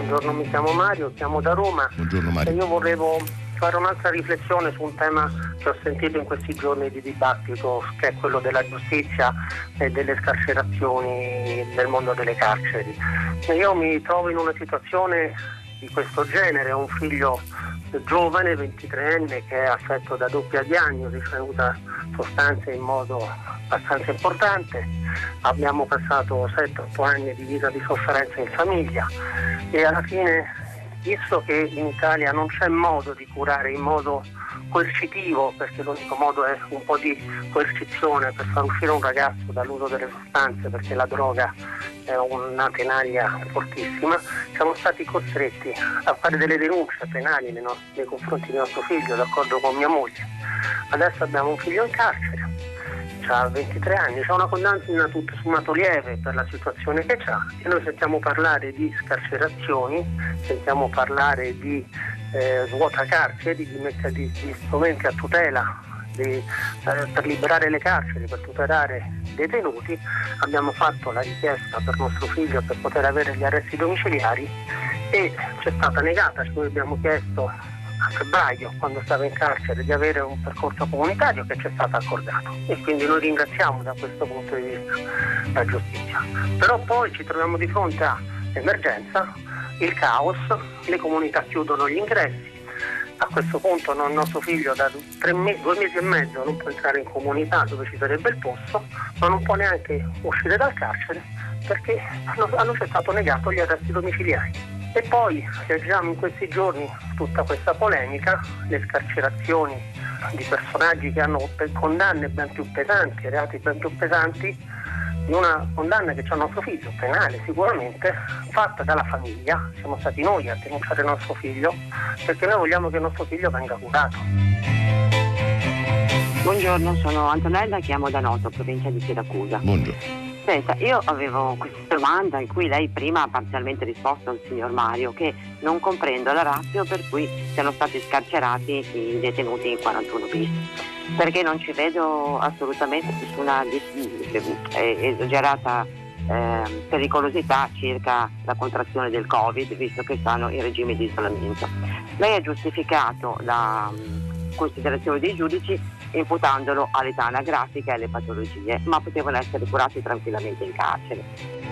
buongiorno, mi chiamo Mario, chiamo da Roma. Buongiorno Mario. E io volevo fare un'altra riflessione su un tema che ho sentito in questi giorni di dibattito, che è quello della giustizia e delle scarcerazioni nel mondo delle carceri. E io mi trovo in una situazione di questo genere, ho un figlio giovane, 23enne, che è affetto da doppia diagnosi, ricevuta sostanze in modo abbastanza importante. Abbiamo passato 7-8 anni di vita di sofferenza in famiglia e alla fine, visto che in Italia non c'è modo di curare in modo coercitivo, perché l'unico modo è un po' di coercizione per far uscire un ragazzo dall'uso delle sostanze, perché la droga è una tenaglia fortissima, siamo stati costretti a fare delle denunce penali nei confronti di nostro figlio, d'accordo con mia moglie. Adesso abbiamo un figlio in carcere, ha 23 anni, c'è una condanna tutto sommato lieve per la situazione che c'ha, e noi sentiamo parlare di scarcerazioni, sentiamo parlare di svuotacarceri, di strumenti a tutela per liberare le carceri, per tutelare i detenuti. Abbiamo fatto la richiesta per nostro figlio per poter avere gli arresti domiciliari e ci è stata negata. Noi abbiamo chiesto a febbraio, quando stava in carcere, di avere un percorso comunitario che ci è stato accordato, e quindi noi ringraziamo da questo punto di vista la giustizia. Però poi ci troviamo di fronte all'emergenza, il caos, le comunità chiudono gli ingressi. A questo punto il nostro figlio da 2 mesi e mezzo non può entrare in comunità dove ci sarebbe il posto, ma non può neanche uscire dal carcere perché hanno ci è stato negato gli arresti domiciliari. E poi leggiamo in questi giorni tutta questa polemica, le scarcerazioni di personaggi che hanno condanne ben più pesanti, reati ben più pesanti, di una condanna che c'è al nostro figlio, penale sicuramente, fatta dalla famiglia. Siamo stati noi a denunciare il nostro figlio perché noi vogliamo che il nostro figlio venga curato. Buongiorno, sono Antonella, chiamo da Noto, provincia di Siracusa. Buongiorno. Senta, io avevo questa domanda in cui lei prima ha parzialmente risposto al signor Mario, che non comprendo la ratio per cui siano stati scarcerati i detenuti in 41 bis, perché non ci vedo assolutamente nessuna esagerata pericolosità circa la contrazione del Covid, visto che stanno in regime di isolamento. Lei ha giustificato la considerazione dei giudici imputandolo all'età anagrafica e alle patologie, ma potevano essere curati tranquillamente in carcere.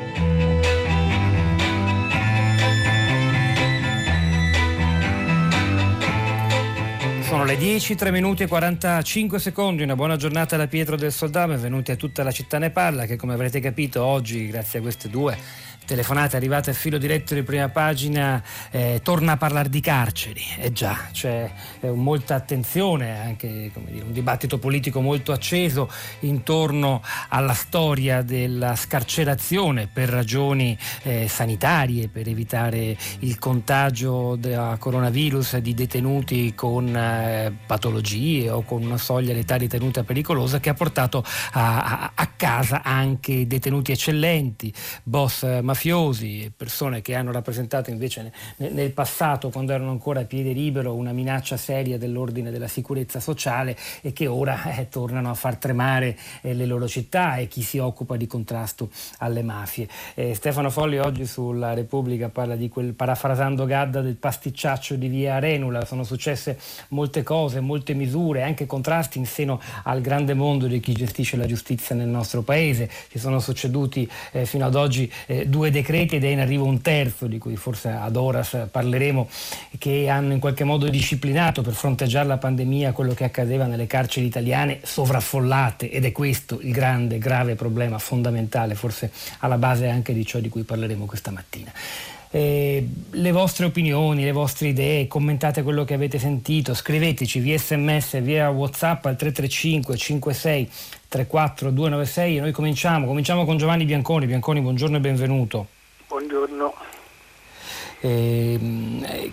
Sono le 10, 3 minuti e 45 secondi. Una buona giornata da Pietro del Soldame, benvenuti a Tutta la città ne parla, che come avrete capito oggi, grazie a queste 2 telefonate arrivate a filo diretto di prima pagina, torna a parlare di carceri. Già, c'è molta attenzione, anche un dibattito politico molto acceso intorno alla storia della scarcerazione per ragioni sanitarie, per evitare il contagio da coronavirus di detenuti con patologie o con una soglia d'età ritenuta pericolosa, che ha portato a casa anche detenuti eccellenti, boss mafiosi, persone che hanno rappresentato invece nel passato, quando erano ancora a piede libero, una minaccia seria dell'ordine della sicurezza sociale, e che ora tornano a far tremare le loro città e chi si occupa di contrasto alle mafie. Stefano Folli oggi sulla Repubblica parla di quel, parafrasando Gadda, del pasticciaccio di via Arenula. Sono successe molte cose, molte misure, anche contrasti in seno al grande mondo di chi gestisce la giustizia nel nostro paese. Ci sono succeduti fino ad oggi 2 decreti ed è in arrivo un terzo, di cui forse ad horas parleremo, che hanno in qualche modo disciplinato per fronteggiare la pandemia quello che accadeva nelle carceri italiane sovraffollate, ed è questo il grande, grave problema fondamentale, forse alla base anche di ciò di cui parleremo questa mattina. Le vostre opinioni, le vostre idee, commentate quello che avete sentito, scriveteci via SMS, via WhatsApp al 335 56 34 296 e noi cominciamo con Giovanni Bianconi. Bianconi, buongiorno e benvenuto. Buongiorno.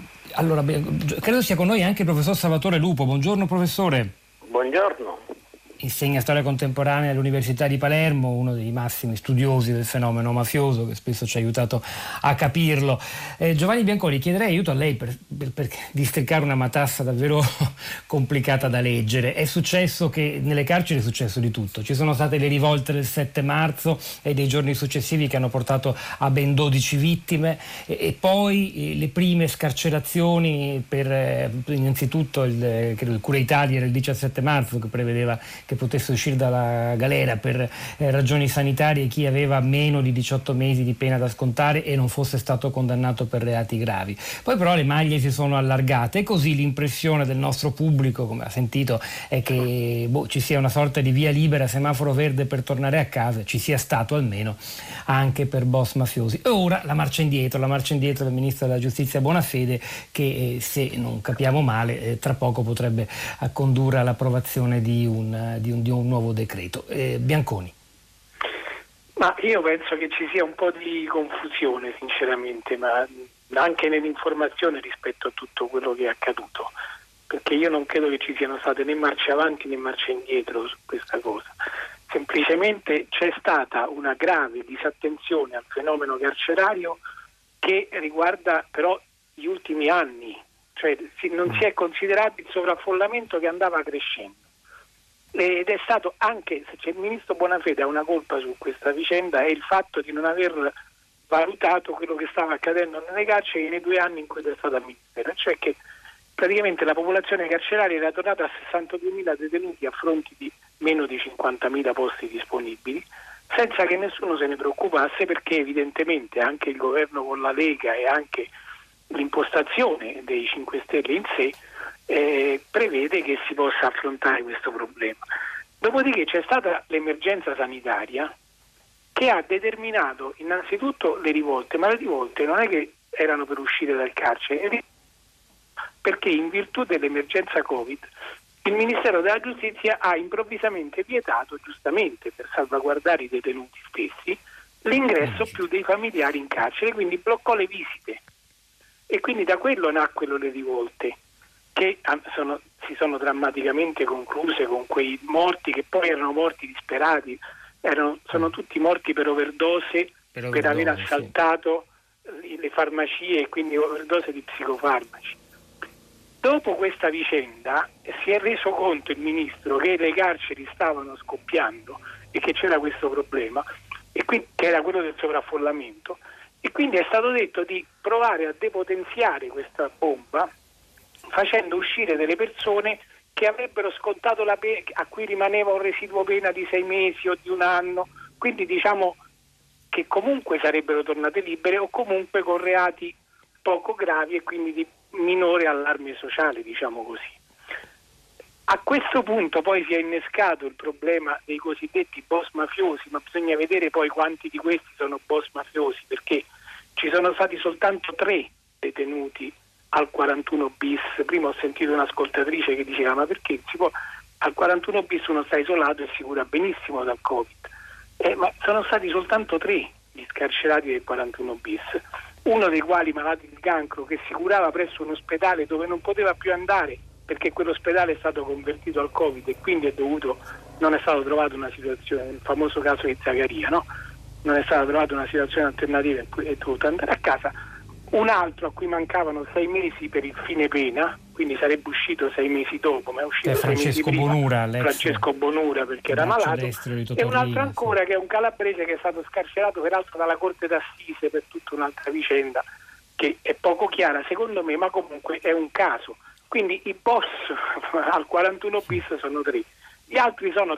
Allora, credo sia con noi anche il professor Salvatore Lupo. Buongiorno professore. Buongiorno. insegna storia contemporanea all'Università di Palermo, uno dei massimi studiosi del fenomeno mafioso, che spesso ci ha aiutato a capirlo. Giovanni Bianconi, chiederei aiuto a lei per districare una matassa davvero complicata da leggere. È successo che nelle carceri è successo di tutto. Ci sono state le rivolte del 7 marzo e dei giorni successivi che hanno portato a ben 12 vittime e poi le prime scarcerazioni per innanzitutto il Cura Italia era il 17 marzo che prevedeva che potesse uscire dalla galera per ragioni sanitarie chi aveva meno di 18 mesi di pena da scontare e non fosse stato condannato per reati gravi. Poi però le maglie si sono allargate e così l'impressione del nostro pubblico, come ha sentito, è che ci sia una sorta di via libera, semaforo verde per tornare a casa, ci sia stato almeno anche per boss mafiosi. E ora la marcia indietro del Ministro della Giustizia Bonafede che se non capiamo male tra poco potrebbe condurre all'approvazione di un nuovo decreto. Bianconi. Ma io penso che ci sia un po' di confusione sinceramente, ma anche nell'informazione rispetto a tutto quello che è accaduto, perché io non credo che ci siano state né marce avanti né marce indietro su questa cosa. Semplicemente c'è stata una grave disattenzione al fenomeno carcerario che riguarda però gli ultimi anni, cioè non si è considerato il sovraffollamento che andava crescendo. Ed è stato anche, se il ministro Bonafede ha una colpa su questa vicenda, è il fatto di non aver valutato quello che stava accadendo nelle carceri nei 2 anni in cui è stato al ministero, cioè che praticamente la popolazione carceraria era tornata a 62.000 detenuti a fronte di meno di 50.000 posti disponibili, senza che nessuno se ne preoccupasse, perché evidentemente anche il governo con la Lega e anche l'impostazione dei 5 Stelle in sé prevede che si possa affrontare questo problema. Dopodiché c'è stata l'emergenza sanitaria che ha determinato innanzitutto le rivolte, ma le rivolte non è che erano per uscire dal carcere, perché in virtù dell'emergenza Covid il Ministero della Giustizia ha improvvisamente vietato, giustamente per salvaguardare i detenuti stessi, l'ingresso più dei familiari in carcere, quindi bloccò le visite e quindi da quello nacquero le rivolte che si sono drammaticamente concluse con quei morti che poi erano morti disperati, sono tutti morti per overdose, per aver assaltato le farmacie e quindi overdose di psicofarmaci. Dopo questa vicenda si è reso conto il ministro che le carceri stavano scoppiando e che c'era questo problema, e quindi, che era quello del sovraffollamento, e quindi è stato detto di provare a depotenziare questa bomba facendo uscire delle persone che avrebbero scontato la pena, a cui rimaneva un residuo pena di 6 mesi o di 1 anno, quindi diciamo che comunque sarebbero tornate libere o comunque con reati poco gravi e quindi di minore allarme sociale, diciamo così. A questo punto poi si è innescato il problema dei cosiddetti boss mafiosi, ma bisogna vedere poi quanti di questi sono boss mafiosi, perché ci sono stati soltanto 3 detenuti al 41 bis. Prima ho sentito un'ascoltatrice che diceva ma perché al 41 bis uno sta isolato e si cura benissimo dal Covid, ma sono stati soltanto 3 gli scarcerati del 41 bis, uno dei quali malato di cancro che si curava presso un ospedale dove non poteva più andare perché quell'ospedale è stato convertito al Covid e quindi non è stato trovato una situazione, il famoso caso di Zaccaria, no? Non è stata trovata una situazione alternativa e è dovuto andare a casa. Un altro a cui mancavano 6 mesi per il fine pena, quindi sarebbe uscito 6 mesi dopo, ma è uscito 6 mesi prima. Francesco Bonura, perché era malato, e un altro ancora che è un calabrese che è stato scarcerato peraltro dalla Corte d'Assise per tutta un'altra vicenda che è poco chiara secondo me, ma comunque è un caso. Quindi i boss al 41 bis sono 3, gli altri sono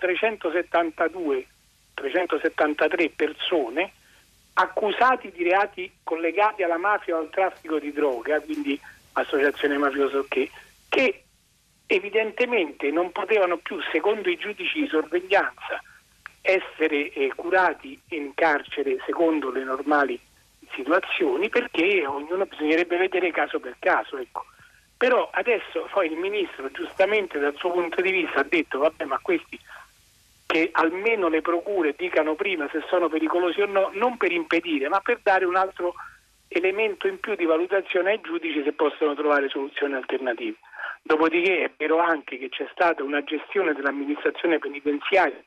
373 persone accusati di reati collegati alla mafia o al traffico di droga, quindi associazione mafiosa che evidentemente non potevano più, secondo i giudici di sorveglianza, essere curati in carcere secondo le normali situazioni, perché ognuno bisognerebbe vedere caso per caso, ecco. Però adesso poi il ministro giustamente dal suo punto di vista ha detto vabbè, ma questi che almeno le procure dicano prima se sono pericolosi o no, non per impedire ma per dare un altro elemento in più di valutazione ai giudici se possono trovare soluzioni alternative. Dopodiché è vero anche che c'è stata una gestione dell'amministrazione penitenziaria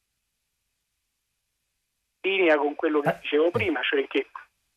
in linea con quello che dicevo prima, cioè che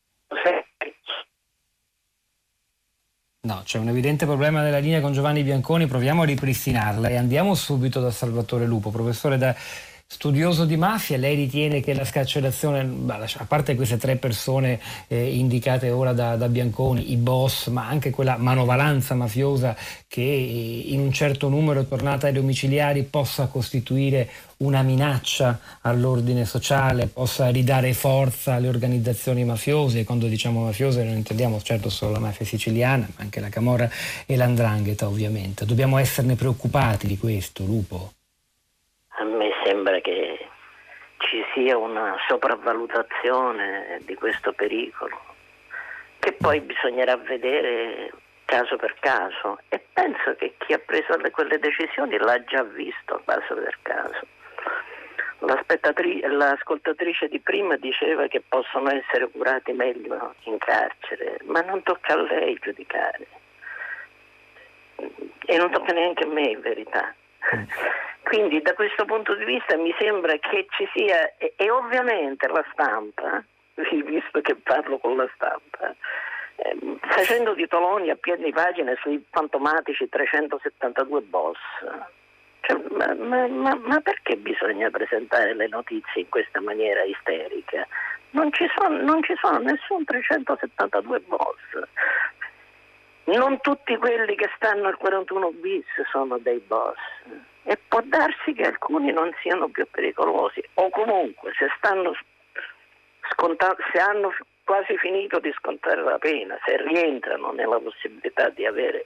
No, c'è un evidente problema nella linea con Giovanni Bianconi, proviamo a ripristinarla e andiamo subito da Salvatore Lupo. Professore, da studioso di mafia, lei ritiene che la scarcerazione, a parte queste 3 persone indicate ora da Bianconi, i boss, ma anche quella manovalanza mafiosa che in un certo numero è tornata ai domiciliari, possa costituire una minaccia all'ordine sociale, possa ridare forza alle organizzazioni mafiose? Quando diciamo mafiose non intendiamo certo solo la mafia siciliana, ma anche la camorra e l''ndrangheta, ovviamente. Dobbiamo esserne preoccupati di questo, Lupo? A me sembra che ci sia una sopravvalutazione di questo pericolo, che poi bisognerà vedere caso per caso, e penso che chi ha preso quelle decisioni l'ha già visto caso per caso. L'ascoltatrice di prima diceva che possono essere curati meglio in carcere, ma non tocca a lei giudicare, e non tocca neanche a me in verità. Quindi da questo punto di vista mi sembra che ci sia, e ovviamente la stampa, visto che parlo con la stampa, facendo titoloni a piedi pagina sui fantomatici 372 boss, cioè, ma perché bisogna presentare le notizie in questa maniera isterica? Non ci sono nessun 372 boss. Non tutti quelli che stanno al 41 bis sono dei boss, e può darsi che alcuni non siano più pericolosi, o comunque se hanno quasi finito di scontare la pena, se rientrano nella possibilità di avere.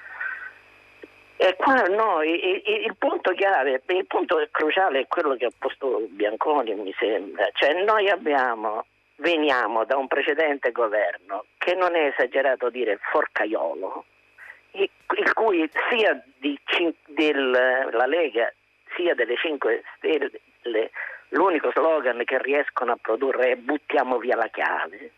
E qua il punto chiave, il punto cruciale è quello che ha posto Bianconi, mi sembra, cioè noi veniamo da un precedente governo che non è esagerato dire forcaiolo, il cui sia della Lega sia delle 5 Stelle l'unico slogan che riescono a produrre è buttiamo via la chiave.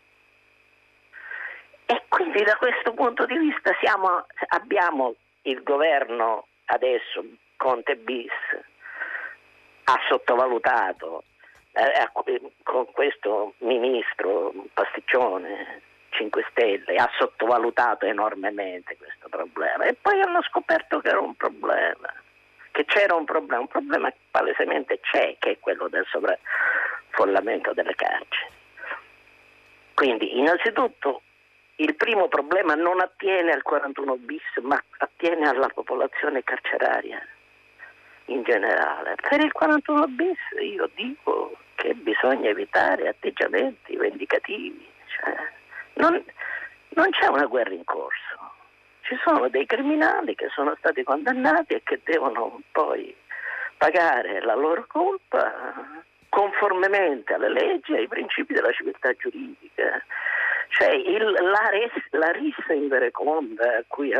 E quindi da questo punto di vista abbiamo il governo adesso, Conte bis, ha sottovalutato con questo ministro pasticcione 5 Stelle, ha sottovalutato enormemente questo problema, e poi hanno scoperto che era un problema, che c'era un problema che palesemente c'è, che è quello del sovraffollamento delle carceri. Quindi innanzitutto il primo problema non attiene al 41 bis, ma attiene alla popolazione carceraria in generale. Per il 41 bis io dico che bisogna evitare atteggiamenti vendicativi, cioè, non c'è una guerra in corso, ci sono dei criminali che sono stati condannati e che devono poi pagare la loro colpa conformemente alle leggi e ai principi della civiltà giuridica. Cioè la rissa in vereconda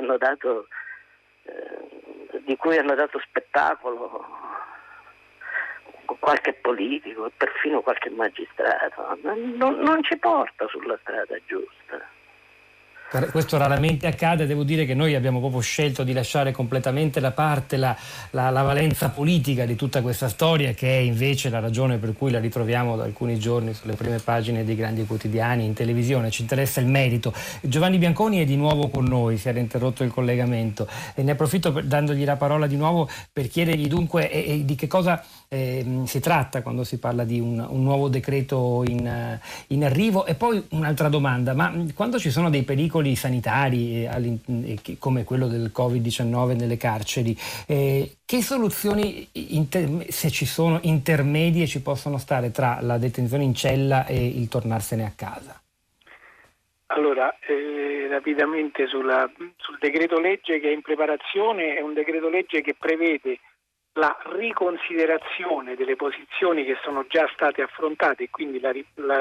di cui hanno dato spettacolo qualche politico e perfino qualche magistrato non ci porta sulla strada giusta. Questo raramente accade, devo dire che noi abbiamo proprio scelto di lasciare completamente da parte la valenza politica di tutta questa storia, che è invece la ragione per cui la ritroviamo da alcuni giorni sulle prime pagine dei grandi quotidiani, in televisione. Ci interessa il merito. Giovanni Bianconi è di nuovo con noi, si era interrotto il collegamento, e ne approfitto dandogli la parola di nuovo per chiedergli dunque di che cosa si tratta quando si parla di un nuovo decreto in arrivo. E poi un'altra domanda: ma quando ci sono dei pericoli sanitari come quello del Covid-19 nelle carceri, che soluzioni, se ci sono, intermedie ci possono stare tra la detenzione in cella e il tornarsene a casa? Allora, rapidamente sul decreto legge che è in preparazione, è un decreto legge che prevede la riconsiderazione delle posizioni che sono già state affrontate, e quindi la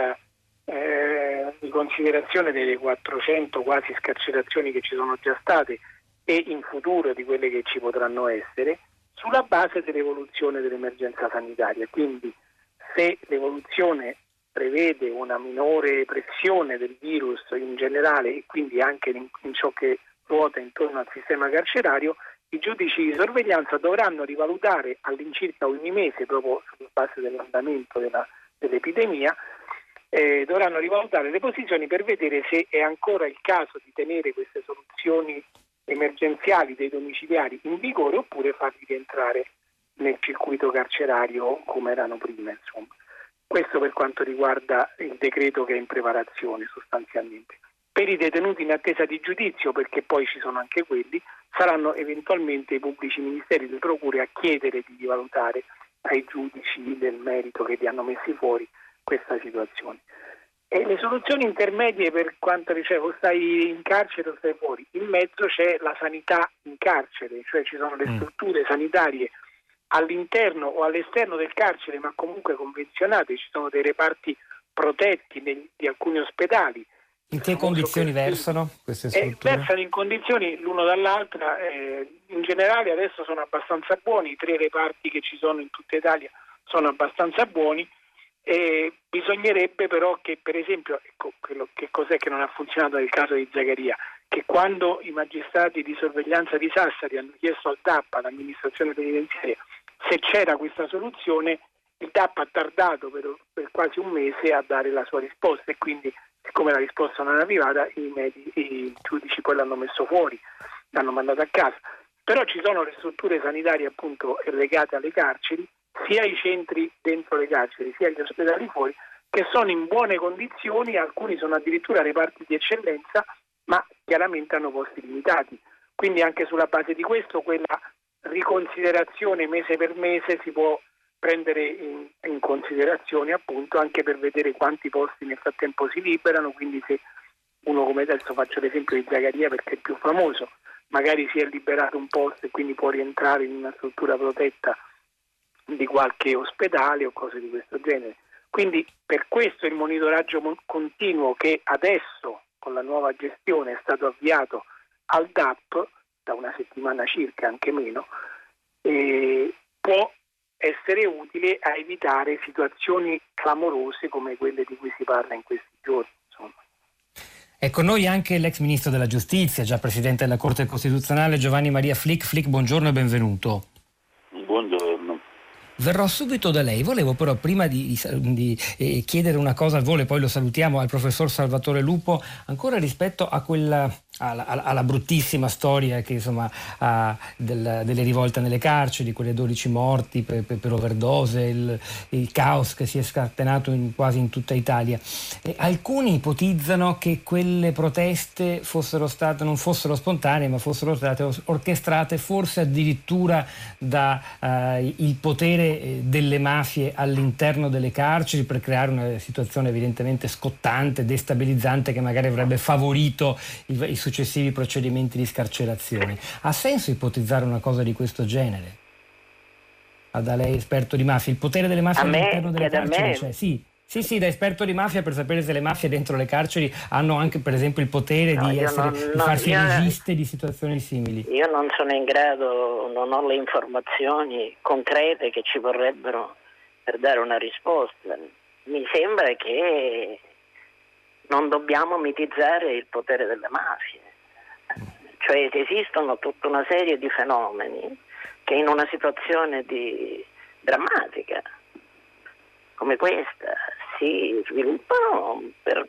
riconsiderazione delle 400 quasi scarcerazioni che ci sono già state e in futuro di quelle che ci potranno essere, sulla base dell'evoluzione dell'emergenza sanitaria. Quindi se l'evoluzione prevede una minore pressione del virus in generale, e quindi anche in ciò che ruota intorno al sistema carcerario, i giudici di sorveglianza dovranno rivalutare all'incirca ogni mese, proprio sulla base dell'andamento dell'epidemia, dovranno rivalutare le posizioni per vedere se è ancora il caso di tenere queste soluzioni emergenziali dei domiciliari in vigore oppure farli rientrare nel circuito carcerario come erano prima, insomma. Questo per quanto riguarda il decreto che è in preparazione sostanzialmente. Per i detenuti in attesa di giudizio, perché poi ci sono anche quelli, saranno eventualmente i pubblici ministeri e le procure a chiedere di rivalutare ai giudici del merito che li hanno messi fuori questa situazione. E le soluzioni intermedie, per quanto dicevo, stai in carcere o stai fuori, in mezzo c'è la sanità in carcere, cioè ci sono le strutture sanitarie all'interno o all'esterno del carcere, ma comunque convenzionate, ci sono dei reparti protetti di alcuni ospedali. In che condizioni versano queste strutture? Versano in condizioni l'uno dall'altra, in generale adesso sono abbastanza buoni, i 3 reparti che ci sono in tutta Italia sono abbastanza buoni, e bisognerebbe però che, per esempio, ecco, che cos'è che non ha funzionato nel caso di Zaccaria, che quando i magistrati di sorveglianza di Sassari hanno chiesto al DAP, all'amministrazione penitenziaria, se c'era questa soluzione, il DAP ha tardato per quasi un mese a dare la sua risposta, e quindi, siccome la risposta non è arrivata, i giudici poi l'hanno messo fuori, l'hanno mandato a casa. Però ci sono le strutture sanitarie appunto legate alle carceri, sia i centri dentro le carceri sia gli ospedali fuori, che sono in buone condizioni, alcuni sono addirittura reparti di eccellenza, ma chiaramente hanno posti limitati. Quindi anche sulla base di questo quella riconsiderazione mese per mese si può prendere in considerazione, appunto, anche per vedere quanti posti nel frattempo si liberano. Quindi se uno, come adesso faccio l'esempio di Zaccaria perché è più famoso, magari si è liberato un posto e quindi può rientrare in una struttura protetta di qualche ospedale o cose di questo genere. Quindi per questo il monitoraggio continuo che adesso con la nuova gestione è stato avviato al DAP da una settimana circa, anche meno, può essere utile a evitare situazioni clamorose come quelle di cui si parla in questi giorni, insomma. È con noi anche l'ex ministro della giustizia, già presidente della Corte Costituzionale, Giovanni Maria Flick. Flick, buongiorno e benvenuto. Buongiorno. Verrò subito da lei. Volevo però prima di chiedere una cosa al volo, e poi lo salutiamo, al professor Salvatore Lupo, ancora rispetto a alla bruttissima storia che insomma delle rivolte nelle carceri, quelle 12 morti per overdose, il caos che si è scatenato quasi in tutta Italia. Alcuni ipotizzano che quelle proteste non fossero spontanee, ma fossero state orchestrate forse addirittura da il potere delle mafie all'interno delle carceri, per creare una situazione evidentemente scottante, destabilizzante, che magari avrebbe favorito i successivi procedimenti di scarcerazione. Ha senso ipotizzare una cosa di questo genere? Da lei, esperto di mafia, il potere delle mafie all'interno delle carceri? Cioè, sì, da esperto di mafia, per sapere se le mafie dentro le carceri hanno anche, per esempio, il potere di farsi registe di situazioni simili. Io non sono in grado, non ho le informazioni concrete che ci vorrebbero per dare una risposta. Mi sembra che non dobbiamo mitizzare il potere delle mafie. Cioè esistono tutta una serie di fenomeni che in una situazione drammatica come questa si sviluppano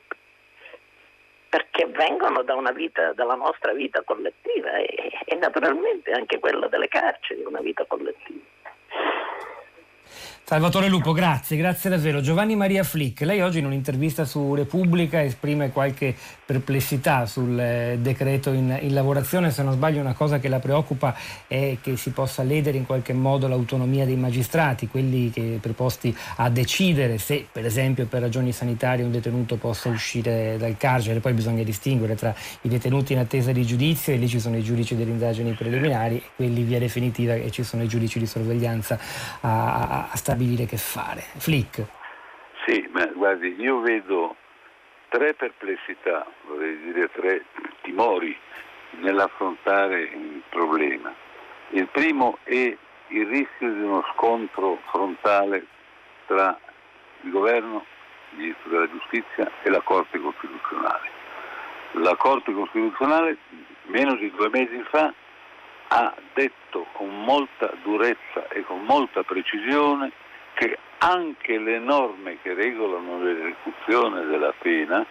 perché vengono dalla nostra vita collettiva e naturalmente anche quella delle carceri è una vita collettiva. Salvatore Lupo, grazie davvero. Giovanni Maria Flick, lei oggi in un'intervista su Repubblica esprime qualche perplessità sul decreto in lavorazione. Se non sbaglio, una cosa che la preoccupa è che si possa ledere in qualche modo l'autonomia dei magistrati, quelli che preposti a decidere se, per esempio, per ragioni sanitarie un detenuto possa uscire dal carcere. Poi bisogna distinguere tra i detenuti in attesa di giudizio, e lì ci sono i giudici delle indagini preliminari, e quelli in via definitiva, e ci sono i giudici di sorveglianza a stabilire che fare. Flick. Sì, ma guardi, io vedo 3 perplessità, vorrei dire 3 timori nell'affrontare il problema. Il primo è il rischio di uno scontro frontale tra il governo, il ministro della giustizia e la Corte Costituzionale. La Corte Costituzionale meno di 2 mesi fa, ha detto con molta durezza e con molta precisione che anche le norme che regolano l'esecuzione della pena,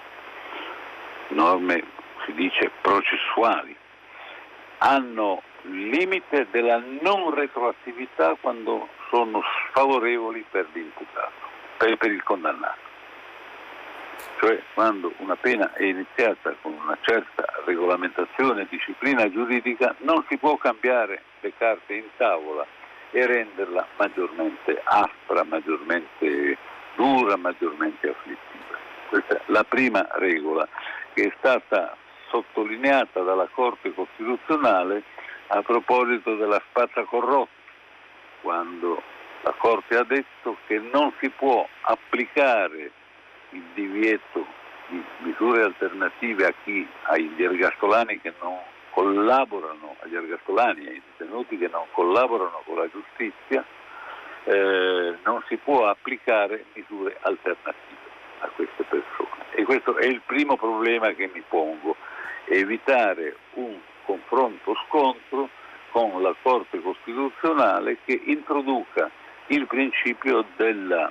norme si dice processuali, hanno il limite della non retroattività quando sono sfavorevoli per l'imputato, per il condannato. Cioè quando una pena è iniziata con una certa regolamentazione e disciplina giuridica non si può cambiare le carte in tavola e renderla maggiormente aspra, maggiormente dura, maggiormente afflittiva. Questa è la prima regola che è stata sottolineata dalla Corte Costituzionale a proposito della spazzacorrotti, quando la Corte ha detto che non si può applicare il divieto di misure alternative agli ergastolani che non collaborano, agli ergastolani, ai detenuti che non collaborano con la giustizia, non si può applicare misure alternative a queste persone. E questo è il primo problema che mi pongo, evitare un confronto-scontro con la Corte Costituzionale che introduca il principio della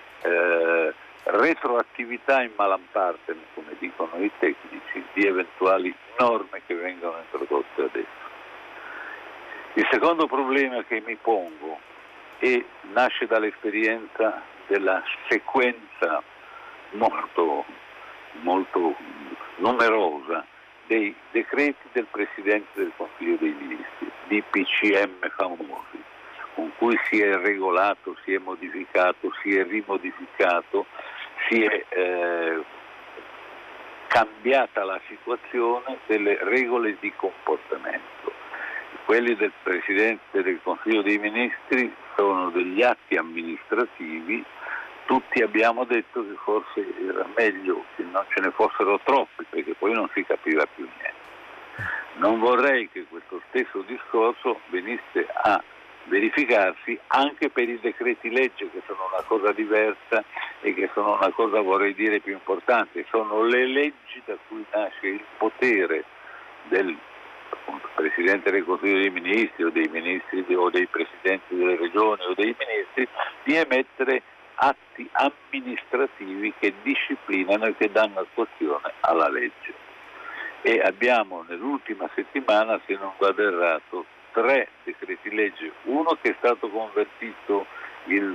retroattività in malamparte, come dicono i tecnici, di eventuali norme che vengono introdotte adesso. Il secondo problema che mi pongo nasce dall'esperienza della sequenza molto numerosa dei decreti del Presidente del Consiglio dei Ministri, DPCM famosi, con cui si è regolato, si è modificato, si è rimodificato, si è cambiata la situazione delle regole di comportamento. Quelli del Presidente del Consiglio dei Ministri sono degli atti amministrativi. Tutti abbiamo detto che forse era meglio che non ce ne fossero troppi, perché poi non si capiva più niente. Non vorrei che questo stesso discorso venisse a verificarsi anche per i decreti legge, che sono una cosa diversa e che sono una cosa, vorrei dire, più importante. Sono le leggi da cui nasce il potere del Presidente del Consiglio dei Ministri o dei ministri o dei Presidenti delle Regioni o dei Ministri di emettere atti amministrativi che disciplinano e che danno attuazione alla legge. E abbiamo nell'ultima settimana, se non vado errato, 3 decreti legge, uno che è stato convertito il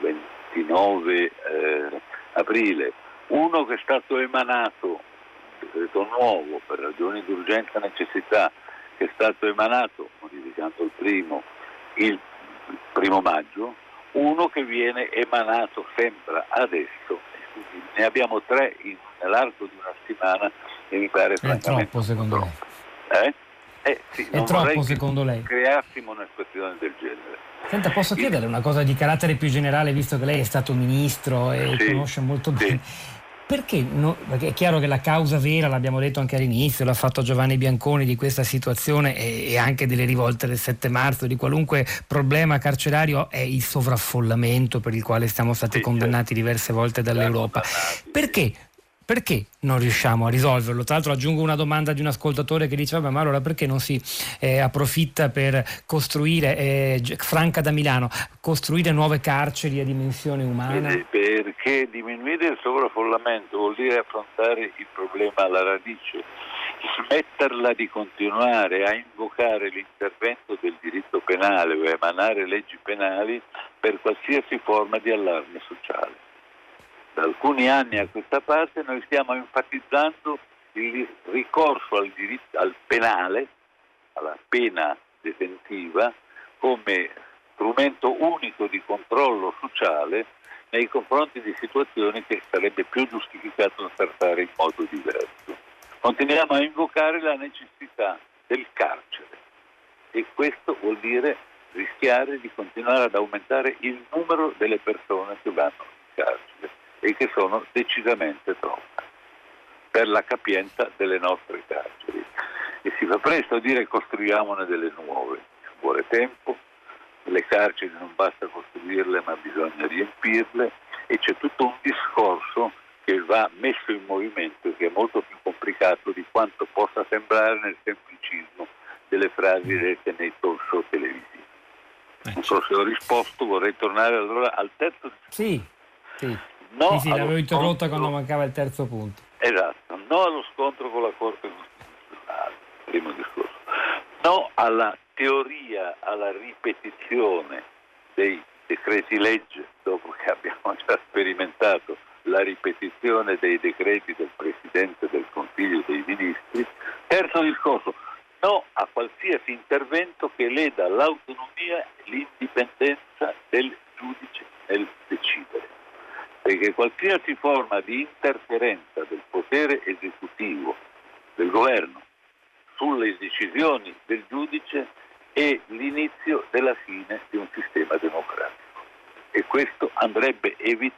29 aprile, uno che è stato emanato, decreto nuovo per ragioni di urgenza e necessità, che è stato emanato, modificando il primo, il 1 maggio, uno che viene emanato sempre adesso. Quindi ne abbiamo 3 nell'arco di una settimana e mi pare francamente troppo, secondo lei? Sì, è troppo, secondo lei? Creassimo una situazione del genere. Senta, posso chiedere una cosa di carattere più generale, visto che lei è stato ministro e conosce molto bene? Perché è chiaro che la causa vera, l'abbiamo detto anche all'inizio, l'ha fatto Giovanni Bianconi, di questa situazione e anche delle rivolte del 7 marzo, di qualunque problema carcerario, è il sovraffollamento per il quale siamo stati condannati diverse volte dall'Europa. Perché non riusciamo a risolverlo? Tra l'altro aggiungo una domanda di un ascoltatore che dice: ma allora perché non si approfitta per costruire, Franca da Milano, costruire nuove carceri a dimensione umana? Perché diminuire il sovraffollamento vuol dire affrontare il problema alla radice, smetterla di continuare a invocare l'intervento del diritto penale o emanare leggi penali per qualsiasi forma di allarme sociale. Da alcuni anni a questa parte noi stiamo enfatizzando il ricorso al penale, alla pena detentiva, come strumento unico di controllo sociale nei confronti di situazioni che sarebbe più giustificato trattare in modo diverso. Continuiamo a invocare la necessità del carcere e questo vuol dire rischiare di continuare ad aumentare il numero delle persone che vanno in carcere, e che sono decisamente troppe per la capienza delle nostre carceri. E si fa presto a dire costruiamone delle nuove, ci vuole tempo, le carceri non basta costruirle ma bisogna riempirle, e c'è tutto un discorso che va messo in movimento e che è molto più complicato di quanto possa sembrare nel semplicismo delle frasi dette nei talk show televisivi. Non so se ho risposto, vorrei tornare allora al terzo discorso. Sì, l'avevo interrotta quando mancava il terzo punto. Esatto, no allo scontro con la Corte Costituzionale, primo discorso. No alla teoria, alla ripetizione dei decreti legge, dopo che abbiamo già sperimentato la ripetizione dei decreti del Presidente del Consiglio dei Ministri. Terzo discorso, no a qualsiasi intervento che leda l'autonomia e l'indipendenza del giudice nel decidere, perché qualsiasi forma di interferenza del potere esecutivo, del governo, sulle decisioni del giudice è l'inizio della fine di un sistema democratico, e questo andrebbe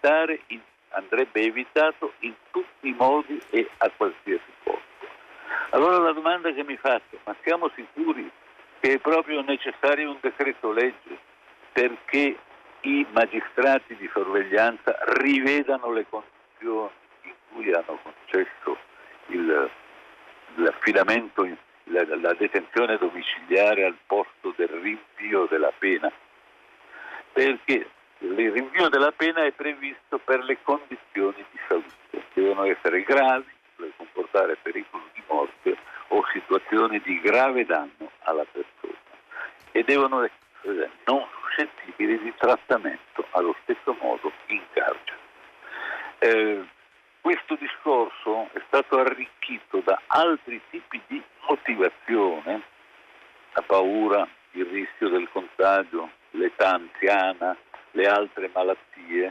evitato in tutti i modi e a qualsiasi costo. Allora la domanda che mi faccio: ma siamo sicuri che è proprio necessario un decreto legge perché i magistrati di sorveglianza rivedano le condizioni in cui hanno concesso l'affidamento, la detenzione domiciliare al posto del rinvio della pena? Perché il rinvio della pena è previsto per le condizioni di salute, devono essere gravi, comportare pericolo di morte o situazioni di grave danno alla persona, e devono essere non suscettibili di trattamento allo stesso modo in carcere. Questo discorso è stato arricchito da altri tipi di motivazione: la paura, il rischio del contagio, l'età anziana, le altre malattie,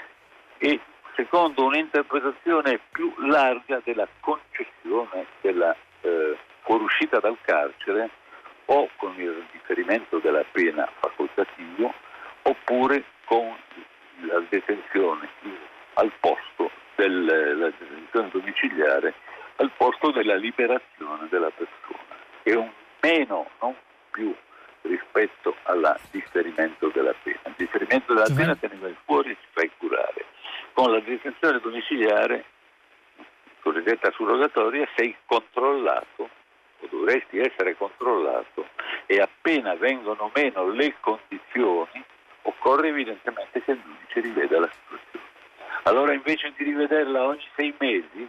e secondo un'interpretazione più larga della concessione della fuoriuscita dal carcere, o con il differimento della pena facoltativo, oppure con la detenzione al posto la detenzione domiciliare al posto della liberazione della persona, che è un meno, non più, rispetto al differimento della pena. Il differimento della pena teneva fuori e si fai curare. Con la detenzione domiciliare, cosiddetta surrogatoria, sei controllato o dovresti essere controllato, e appena vengono meno le condizioni occorre evidentemente che il giudice riveda la situazione. Allora, invece di rivederla ogni 6 mesi,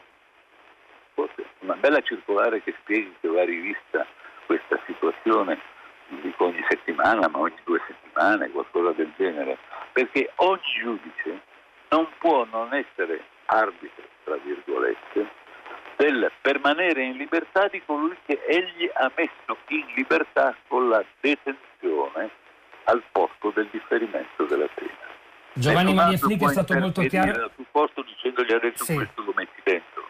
forse una bella circolare che spieghi che va rivista questa situazione, non dico ogni settimana, ma ogni 2 settimane, qualcosa del genere, perché ogni giudice non può non essere arbitro, tra virgolette, del permanere in libertà di colui che egli ha messo in libertà con la detenzione al posto del differimento della pena. Giovanni Maria Flick è stato molto chiaro al suo posto dicendogli adesso questo lo metti dentro,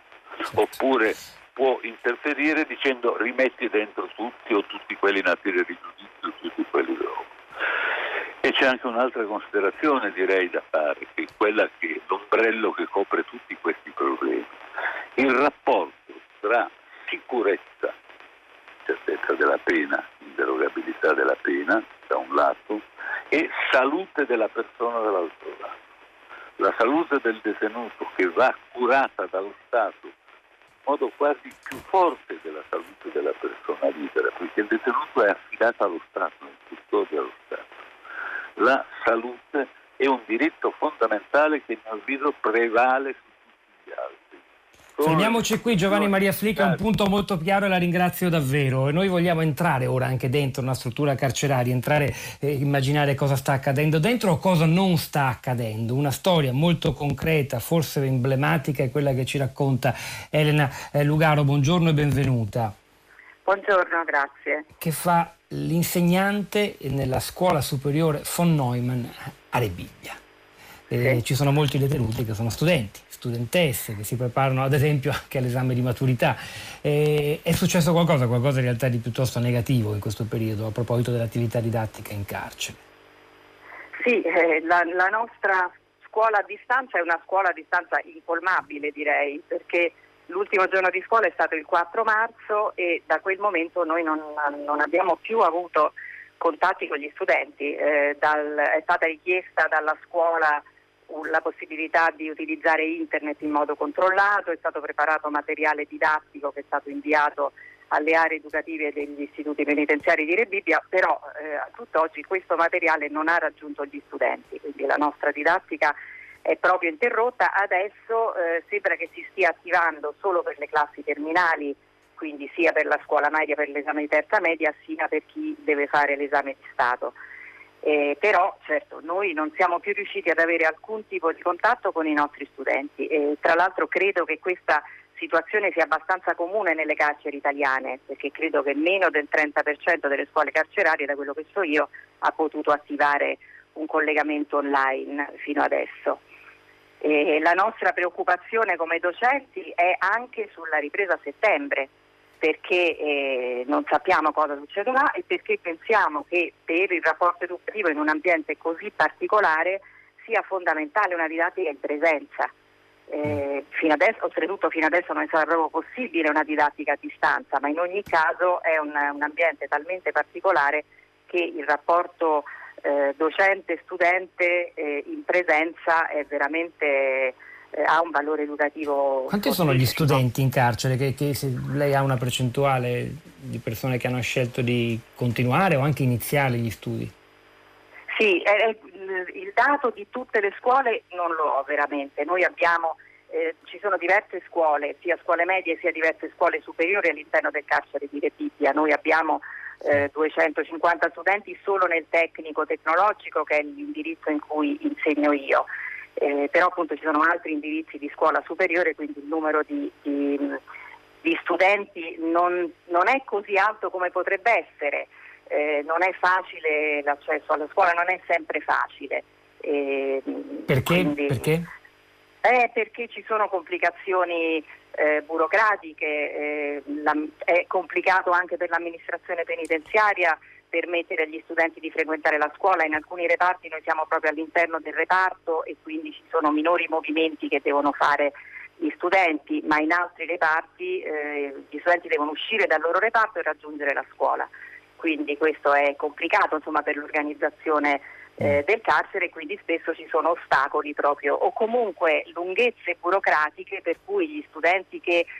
oppure può interferire dicendo rimetti dentro tutti o tutti quelli in attesa di giudizio, tutti quelli dopo. E c'è anche un'altra considerazione, direi, da fare, che è quella che l'ombrello che copre tutti questi problemi: il rapporto tra sicurezza, certezza della pena, inderogabilità della pena da un lato, e salute della persona dall'altro lato. La salute del detenuto, che va curata dallo Stato in modo quasi più forte della salute della persona libera, perché il detenuto è affidato allo Stato, è custodia allo Stato. La salute è un diritto fondamentale che, a mio avviso, prevale su tutti gli altri. Fermiamoci qui, Giovanni Maria Flick, è un punto molto chiaro e la ringrazio davvero. E noi vogliamo entrare ora anche dentro una struttura carceraria, entrare e immaginare cosa sta accadendo dentro o cosa non sta accadendo. Una storia molto concreta, forse emblematica, è quella che ci racconta Elena Lugaro. Buongiorno e benvenuta. Buongiorno, grazie. Che fa l'insegnante nella scuola superiore von Neumann a Rebibbia. Sì. Ci sono molti detenuti che sono studentesse, che si preparano ad esempio anche all'esame di maturità. È successo qualcosa in realtà di piuttosto negativo in questo periodo a proposito dell'attività didattica in carcere? Sì, la nostra scuola a distanza è una scuola a distanza incolmabile, direi, perché l'ultimo giorno di scuola è stato il 4 marzo e da quel momento noi non abbiamo più avuto contatti con gli studenti. È stata richiesta dalla scuola la possibilità di utilizzare internet in modo controllato, è stato preparato materiale didattico che è stato inviato alle aree educative degli istituti penitenziari di Rebibbia, però a tutt'oggi questo materiale non ha raggiunto gli studenti, quindi la nostra didattica è proprio interrotta. Adesso sembra che si stia attivando solo per le classi terminali, quindi sia per la scuola media, per l'esame di terza media, sia per chi deve fare l'esame di Stato. Però certo noi non siamo più riusciti ad avere alcun tipo di contatto con i nostri studenti e tra l'altro credo che questa situazione sia abbastanza comune nelle carceri italiane, perché credo che meno del 30% delle scuole carcerarie, da quello che so io, ha potuto attivare un collegamento online fino adesso. E la nostra preoccupazione come docenti è anche sulla ripresa a settembre, perché non sappiamo cosa succederà e perché pensiamo che per il rapporto educativo in un ambiente così particolare sia fondamentale una didattica in presenza. Fino adesso non è stata proprio possibile una didattica a distanza, ma in ogni caso è un ambiente talmente particolare che il rapporto docente-studente in presenza è veramente ha un valore educativo. Quanti sono gli studenti in carcere? Che se lei ha una percentuale di persone che hanno scelto di continuare o anche iniziare gli studi? Sì, il dato di tutte le scuole non lo ho veramente. Noi abbiamo, ci sono diverse scuole, sia scuole medie sia diverse scuole superiori all'interno del carcere di Rebibbia. Noi abbiamo 250 studenti solo nel tecnico tecnologico, che è l'indirizzo in cui insegno io. Però appunto ci sono altri indirizzi di scuola superiore, quindi il numero di studenti non è così alto come potrebbe essere. Non è facile, l'accesso alla scuola non è sempre facile. Perché? Perché ci sono complicazioni burocratiche, è complicato anche per l'amministrazione penitenziaria permettere agli studenti di frequentare la scuola. In alcuni reparti noi siamo proprio all'interno del reparto e quindi ci sono minori movimenti che devono fare gli studenti, ma in altri reparti gli studenti devono uscire dal loro reparto e raggiungere la scuola. Quindi questo è complicato, insomma, per l'organizzazione del carcere, quindi spesso ci sono ostacoli proprio o comunque lunghezze burocratiche per cui gli studenti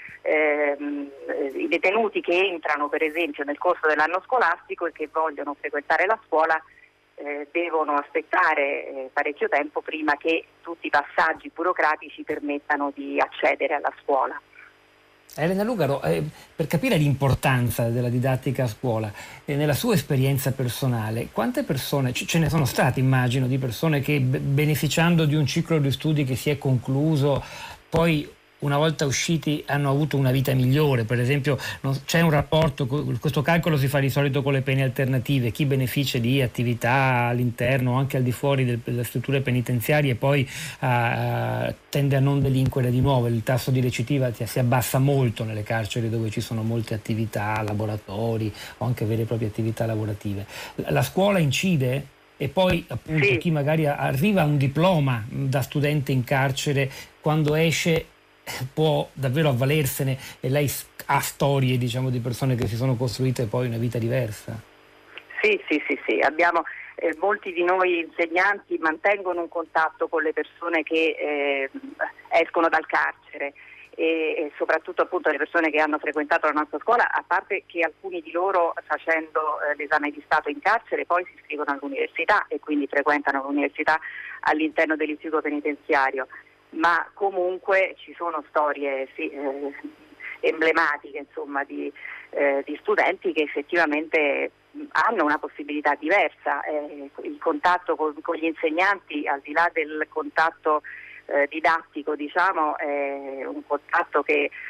i detenuti che entrano per esempio nel corso dell'anno scolastico e che vogliono frequentare la scuola devono aspettare parecchio tempo prima che tutti i passaggi burocratici permettano di accedere alla scuola. Elena Lugaro, per capire l'importanza della didattica a scuola, nella sua esperienza personale, quante persone, ce ne sono state immagino, di persone che beneficiando di un ciclo di studi che si è concluso, poi una volta usciti hanno avuto una vita migliore? Per esempio c'è un rapporto, questo calcolo si fa di solito con le pene alternative, chi beneficia di attività all'interno o anche al di fuori delle strutture penitenziarie poi tende a non delinquere di nuovo, il tasso di recidiva si abbassa molto nelle carceri dove ci sono molte attività, laboratori o anche vere e proprie attività lavorative. La scuola incide? E poi appunto sì. Chi magari arriva a un diploma da studente in carcere, quando esce può davvero avvalersene, e lei ha storie diciamo di persone che si sono costruite poi una vita diversa. Sì, abbiamo molti di noi insegnanti mantengono un contatto con le persone che escono dal carcere e soprattutto appunto le persone che hanno frequentato la nostra scuola, a parte che alcuni di loro facendo l'esame di Stato in carcere poi si iscrivono all'università e quindi frequentano l'università all'interno dell'istituto penitenziario. Ma comunque ci sono storie emblematiche insomma di studenti che effettivamente hanno una possibilità diversa. Il contatto con gli insegnanti, al di là del contatto didattico, diciamo, è un contatto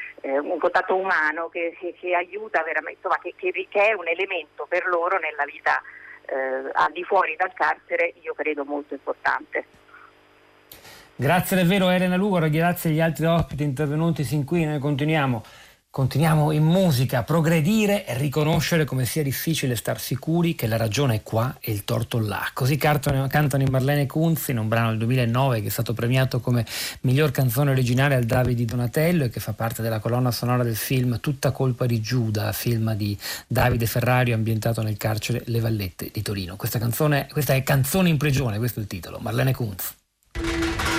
umano che aiuta veramente, insomma, che è un elemento per loro nella vita al di fuori dal carcere, io credo molto importante. Grazie davvero Elena Lugaro, grazie agli altri ospiti intervenuti sin qui. Noi continuiamo in musica, progredire e riconoscere come sia difficile star sicuri che la ragione è qua e il torto là. Così cantano i Marlene Kunz in un brano del 2009 che è stato premiato come miglior canzone originale al David di Donatello e che fa parte della colonna sonora del film Tutta colpa di Giuda, film di Davide Ferrario ambientato nel carcere Le Vallette di Torino. Questa è Canzone in prigione, questo è il titolo. Marlene Kunz.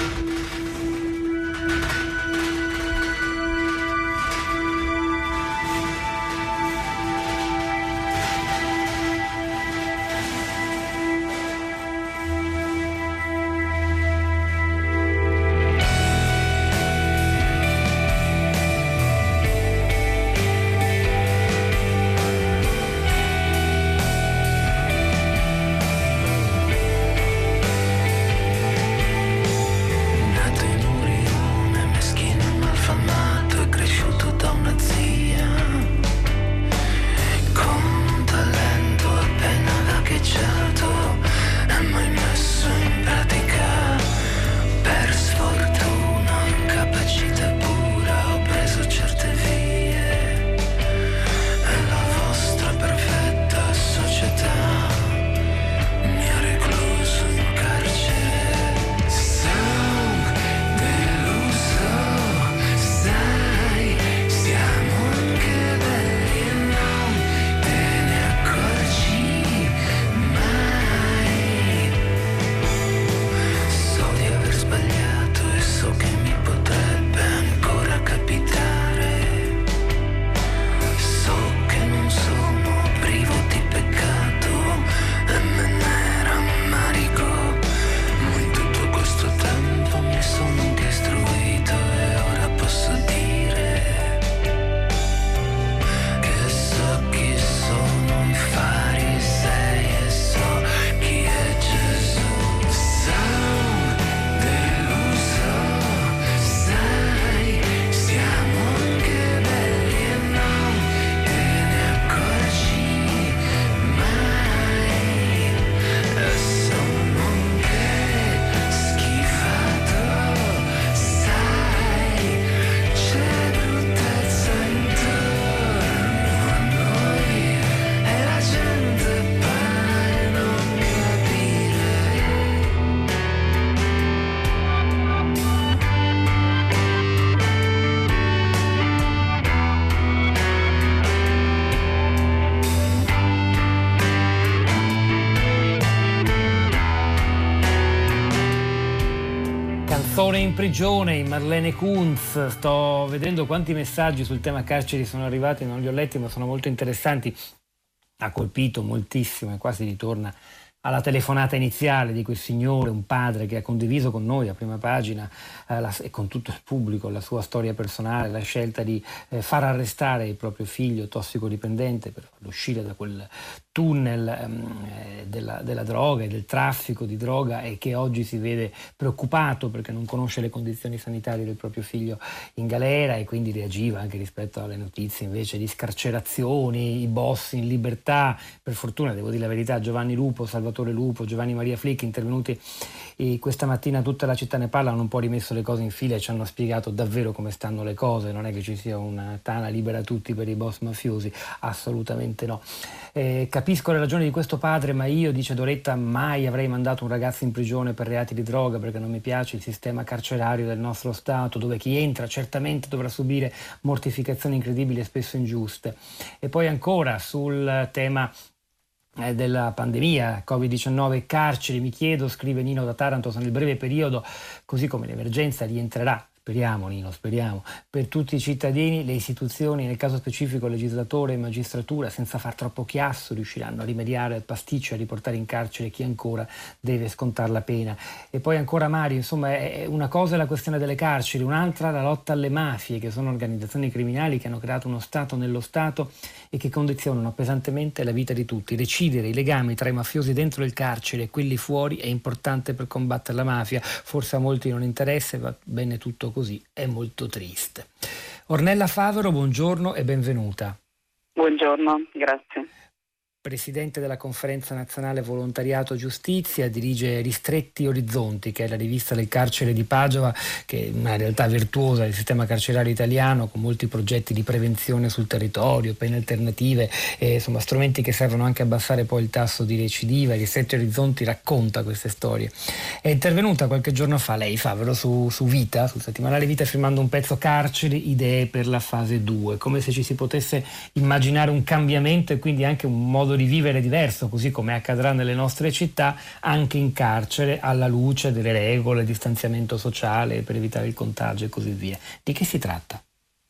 Donne in prigione, Marlene Kunz. Sto vedendo quanti messaggi sul tema carceri sono arrivati, non li ho letti ma sono molto interessanti. Ha colpito moltissimo e quasi ritorna alla telefonata iniziale di quel signore, un padre che ha condiviso con noi a prima pagina e con tutto il pubblico la sua storia personale, la scelta di far arrestare il proprio figlio tossicodipendente per farlo uscire da quel tunnel della droga e del traffico di droga, e che oggi si vede preoccupato perché non conosce le condizioni sanitarie del proprio figlio in galera, e quindi reagiva anche rispetto alle notizie invece di scarcerazioni, i boss in libertà. Per fortuna, devo dire la verità, Giovanni Lupo, Salvatore Lupo, Giovanni Maria Flick, intervenuti questa mattina, tutta la città ne parla, hanno un po' rimesso le cose in fila e ci hanno spiegato davvero come stanno le cose. Non è che ci sia una tana libera tutti per i boss mafiosi, assolutamente no. Capisco le ragioni di questo padre, ma io, dice Doretta, mai avrei mandato un ragazzo in prigione per reati di droga, perché non mi piace il sistema carcerario del nostro Stato, dove chi entra certamente dovrà subire mortificazioni incredibili e spesso ingiuste. E poi ancora sul tema della pandemia, Covid-19, carceri, mi chiedo, scrive Nino da Taranto, se nel breve periodo, così come l'emergenza rientrerà, speriamo Nino, speriamo, per tutti i cittadini, le istituzioni, nel caso specifico legislatore e magistratura, senza far troppo chiasso, riusciranno a rimediare al pasticcio e a riportare in carcere chi ancora deve scontare la pena. E poi ancora Mario, insomma, una cosa è la questione delle carceri, un'altra la lotta alle mafie, che sono organizzazioni criminali che hanno creato uno Stato nello Stato e che condizionano pesantemente la vita di tutti. Decidere i legami tra i mafiosi dentro il carcere e quelli fuori è importante per combattere la mafia. Forse a molti non interessa, va bene tutto così, è molto triste. Ornella Favero, buongiorno e benvenuta. Buongiorno, grazie. Presidente della Conferenza Nazionale Volontariato Giustizia, dirige Ristretti Orizzonti, che è la rivista del carcere di Padova, che è una realtà virtuosa del sistema carcerario italiano, con molti progetti di prevenzione sul territorio, pene alternative, insomma strumenti che servono anche a abbassare poi il tasso di recidiva. Ristretti Orizzonti racconta queste storie. È intervenuta qualche giorno fa lei, Favero, su Vita, sul settimanale Vita, firmando un pezzo Carceri, idee per la fase 2, come se ci si potesse immaginare un cambiamento e quindi anche un modo di vivere diverso, così come accadrà nelle nostre città, anche in carcere, alla luce delle regole, distanziamento sociale per evitare il contagio e così via. Di che si tratta?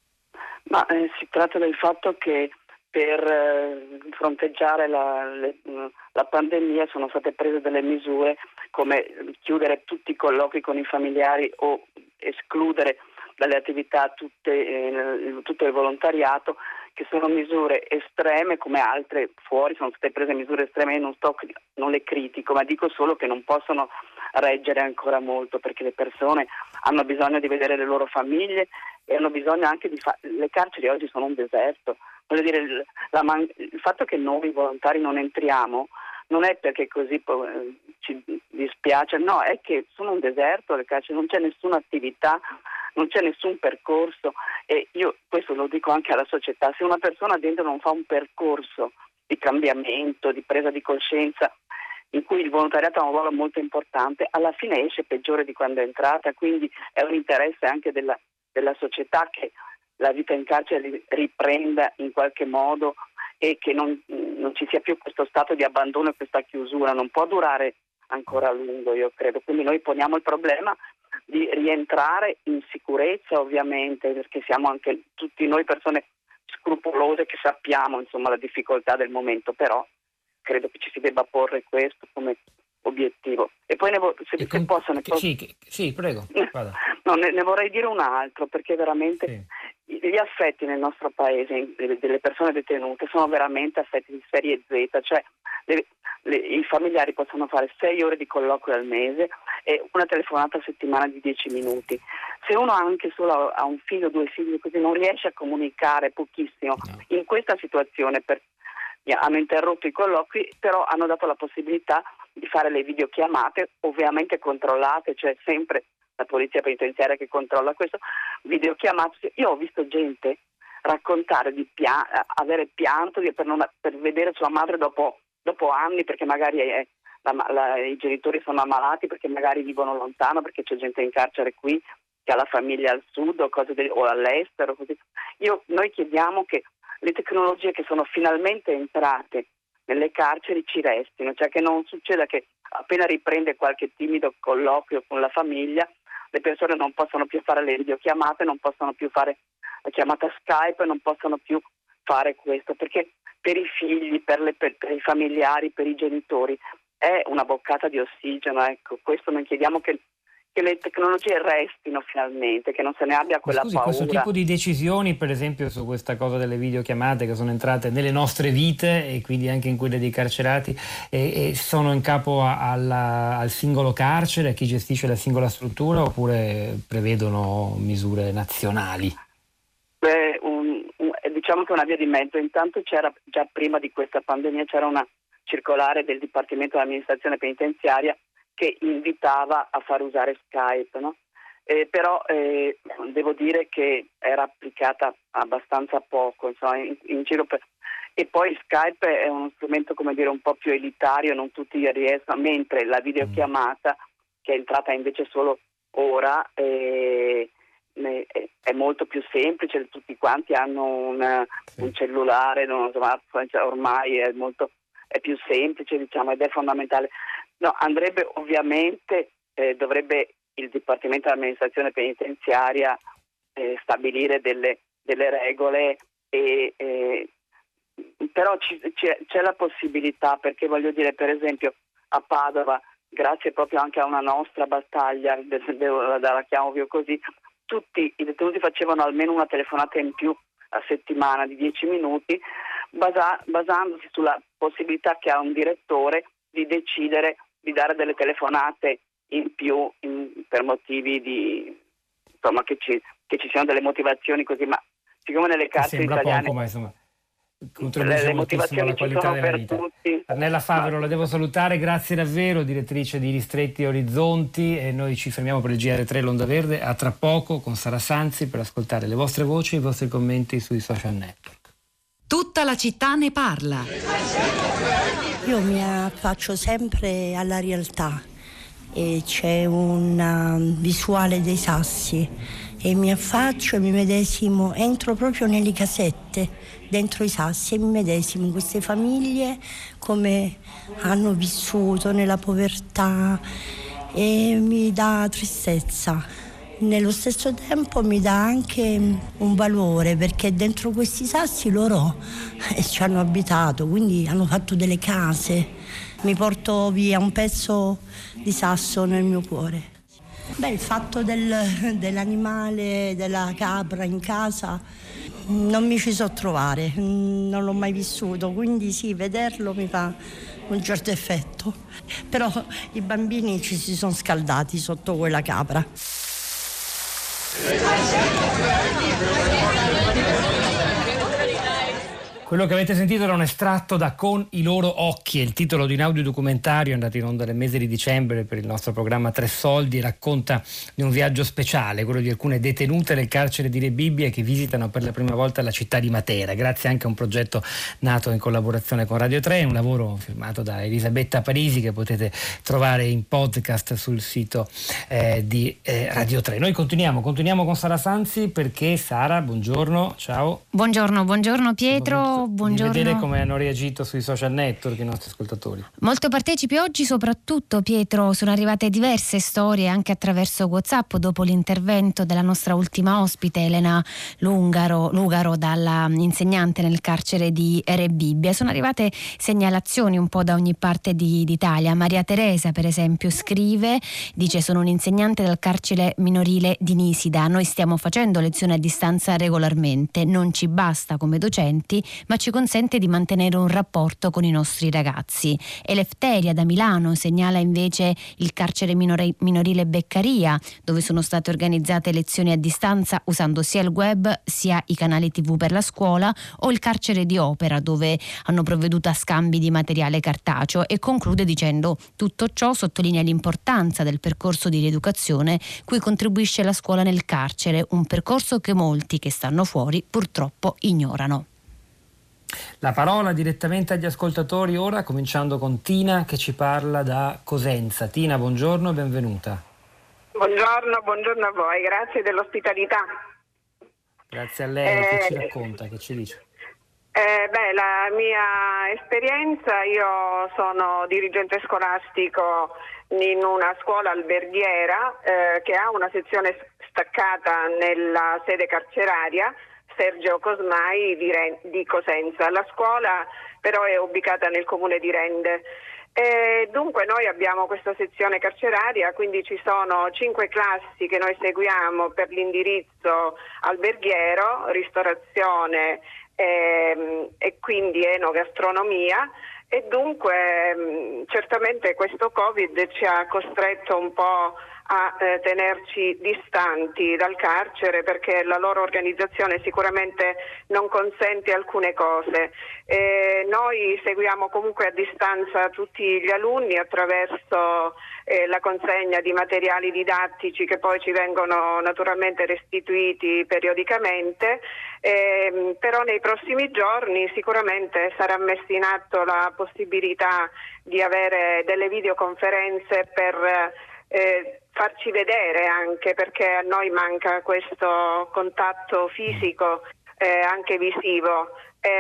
Si tratta del fatto che per fronteggiare la pandemia sono state prese delle misure come chiudere tutti i colloqui con i familiari o escludere dalle attività tutto il volontariato, che sono misure estreme, come altre fuori sono state prese misure estreme. Non le critico, ma dico solo che non possono reggere ancora molto, perché le persone hanno bisogno di vedere le loro famiglie e hanno bisogno anche le carceri oggi sono un deserto. Voglio dire, il fatto che noi volontari non entriamo non è perché così ci dispiace, no, è che sono un deserto le carceri, non c'è nessuna attività, non c'è nessun percorso, e io questo lo dico anche alla società: se una persona dentro non fa un percorso di cambiamento, di presa di coscienza, in cui il volontariato ha un ruolo molto importante, alla fine esce peggiore di quando è entrata. Quindi è un interesse anche della società che la vita in carcere riprenda in qualche modo e che non ci sia più questo stato di abbandono e questa chiusura. Non può durare ancora a lungo, io credo. Quindi noi poniamo il problema di rientrare in sicurezza, ovviamente, perché siamo anche tutti noi persone scrupolose che sappiamo insomma la difficoltà del momento, però credo che ci si debba porre questo come obiettivo. E poi Sì, prego. No, ne vorrei dire un altro, perché veramente gli affetti nel nostro paese delle persone detenute sono veramente affetti di serie Z, cioè i familiari possono fare 6 ore di colloquio al mese e una telefonata a settimana di 10 minuti. Se uno anche solo ha un figlio, 2 figli, così non riesce a comunicare pochissimo, in questa situazione hanno interrotto i colloqui, però hanno dato la possibilità di fare le videochiamate, ovviamente controllate, cioè sempre la polizia penitenziaria che controlla questo, videochiamate. Io ho visto gente raccontare di avere pianto per vedere sua madre dopo anni, perché magari i genitori sono ammalati, perché magari vivono lontano, perché c'è gente in carcere qui che ha la famiglia al sud o all'estero. Così. Noi chiediamo che le tecnologie che sono finalmente entrate nelle carceri ci restino, cioè che non succeda che appena riprende qualche timido colloquio con la famiglia le persone non possono più fare le videochiamate, non possono più fare la chiamata Skype, non possono più fare questo, perché per i figli, per i familiari, per i genitori è una boccata di ossigeno. Ecco, questo noi chiediamo che le tecnologie restino finalmente, che non se ne abbia quella paura. Questo tipo di decisioni, per esempio su questa cosa delle videochiamate che sono entrate nelle nostre vite e quindi anche in quelle dei carcerati, e sono in capo al singolo carcere, a chi gestisce la singola struttura, oppure prevedono misure nazionali? Diciamo che una via di mezzo. Intanto c'era, già prima di questa pandemia, c'era una circolare del Dipartimento dell'Amministrazione Penitenziaria che invitava a far usare Skype, no? Però devo dire che era applicata abbastanza poco, insomma, in giro e poi Skype è uno strumento, come dire, un po' più elitario, non tutti riescono, mentre la videochiamata, che è entrata invece solo ora, è molto più semplice, tutti quanti hanno un cellulare, uno smartphone, cioè ormai è più semplice, diciamo, ed è fondamentale. No, andrebbe ovviamente, dovrebbe il Dipartimento dell'Amministrazione Penitenziaria stabilire delle regole, però c'è la possibilità, perché voglio dire, per esempio a Padova, grazie proprio anche a una nostra battaglia, la chiamo più così, tutti i detenuti facevano almeno una telefonata in più a settimana di 10 minuti, basandosi sulla possibilità che ha un direttore di decidere di dare delle telefonate in più per motivi di, insomma, che ci siano delle motivazioni così, ma siccome nelle carceri italiane poco, ma insomma contribuisce moltissimo alla qualità della vita. Tutti. Arnella Favero, la devo salutare, grazie davvero, direttrice di Ristretti Orizzonti, e noi ci fermiamo per il GR3 L'Onda Verde. A tra poco con Sara Sanzi per ascoltare le vostre voci e i vostri commenti sui social network. Tutta la città ne parla. Io mi affaccio sempre alla realtà e c'è una visuale dei sassi e mi affaccio e mi medesimo, entro proprio nelle casette, dentro i sassi, e mi medesimo in queste famiglie come hanno vissuto nella povertà, e mi dà tristezza. Nello stesso tempo mi dà anche un valore, perché dentro questi sassi loro ci hanno abitato, quindi hanno fatto delle case. Mi porto via un pezzo di sasso nel mio cuore. Beh, il fatto dell'animale, della capra in casa, non mi ci so trovare, non l'ho mai vissuto, quindi sì, vederlo mi fa un certo effetto. Però i bambini ci si sono scaldati sotto quella capra. Quello che avete sentito era un estratto da Con i loro occhi, è il titolo di un audiodocumentario andato in onda nel mese di dicembre per il nostro programma Tre Soldi, e racconta di un viaggio speciale, quello di alcune detenute del carcere di Re Bibbia che visitano per la prima volta la città di Matera, grazie anche a un progetto nato in collaborazione con Radio 3, un lavoro firmato da Elisabetta Parisi che potete trovare in podcast sul sito di Radio 3. Noi continuiamo con Sara Sanzi, perché Sara, buongiorno, ciao. Buongiorno Pietro. Buongiorno. Di vedere come hanno reagito sui social network i nostri ascoltatori. Molto partecipi oggi, soprattutto Pietro, sono arrivate diverse storie anche attraverso WhatsApp dopo l'intervento della nostra ultima ospite Elena Lugaro, dalla insegnante nel carcere di Re Bibbia. Sono arrivate segnalazioni un po' da ogni parte d'Italia. Maria Teresa, per esempio, scrive, dice: sono un'insegnante del carcere minorile di Nisida, noi stiamo facendo lezioni a distanza regolarmente, non ci basta come docenti, ma ci consente di mantenere un rapporto con i nostri ragazzi. Elefteria da Milano segnala invece il carcere minorile Beccaria, dove sono state organizzate lezioni a distanza usando sia il web sia i canali TV per la scuola, o il carcere di Opera, dove hanno provveduto a scambi di materiale cartaceo, e conclude dicendo: tutto ciò sottolinea l'importanza del percorso di rieducazione cui contribuisce la scuola nel carcere, un percorso che molti che stanno fuori purtroppo ignorano. La parola direttamente agli ascoltatori ora, cominciando con Tina che ci parla da Cosenza. Tina, buongiorno e benvenuta. Buongiorno a voi, grazie dell'ospitalità. Grazie a lei. Che ci racconta, che ci dice? La mia mia esperienza, io sono dirigente scolastico in una scuola alberghiera che ha una sezione staccata nella sede carceraria Sergio Cosmai di Cosenza. La scuola però è ubicata nel comune di Rende. Dunque noi abbiamo questa sezione carceraria, quindi ci sono 5 classi che noi seguiamo per l'indirizzo alberghiero, ristorazione e quindi enogastronomia, e dunque certamente questo Covid ci ha costretto un po' a tenerci distanti dal carcere, perché la loro organizzazione sicuramente non consente alcune cose. Noi seguiamo comunque a distanza tutti gli alunni attraverso la consegna di materiali didattici che poi ci vengono naturalmente restituiti periodicamente, però nei prossimi giorni sicuramente sarà messa in atto la possibilità di avere delle videoconferenze per farci vedere, anche perché a noi manca questo contatto fisico, anche visivo,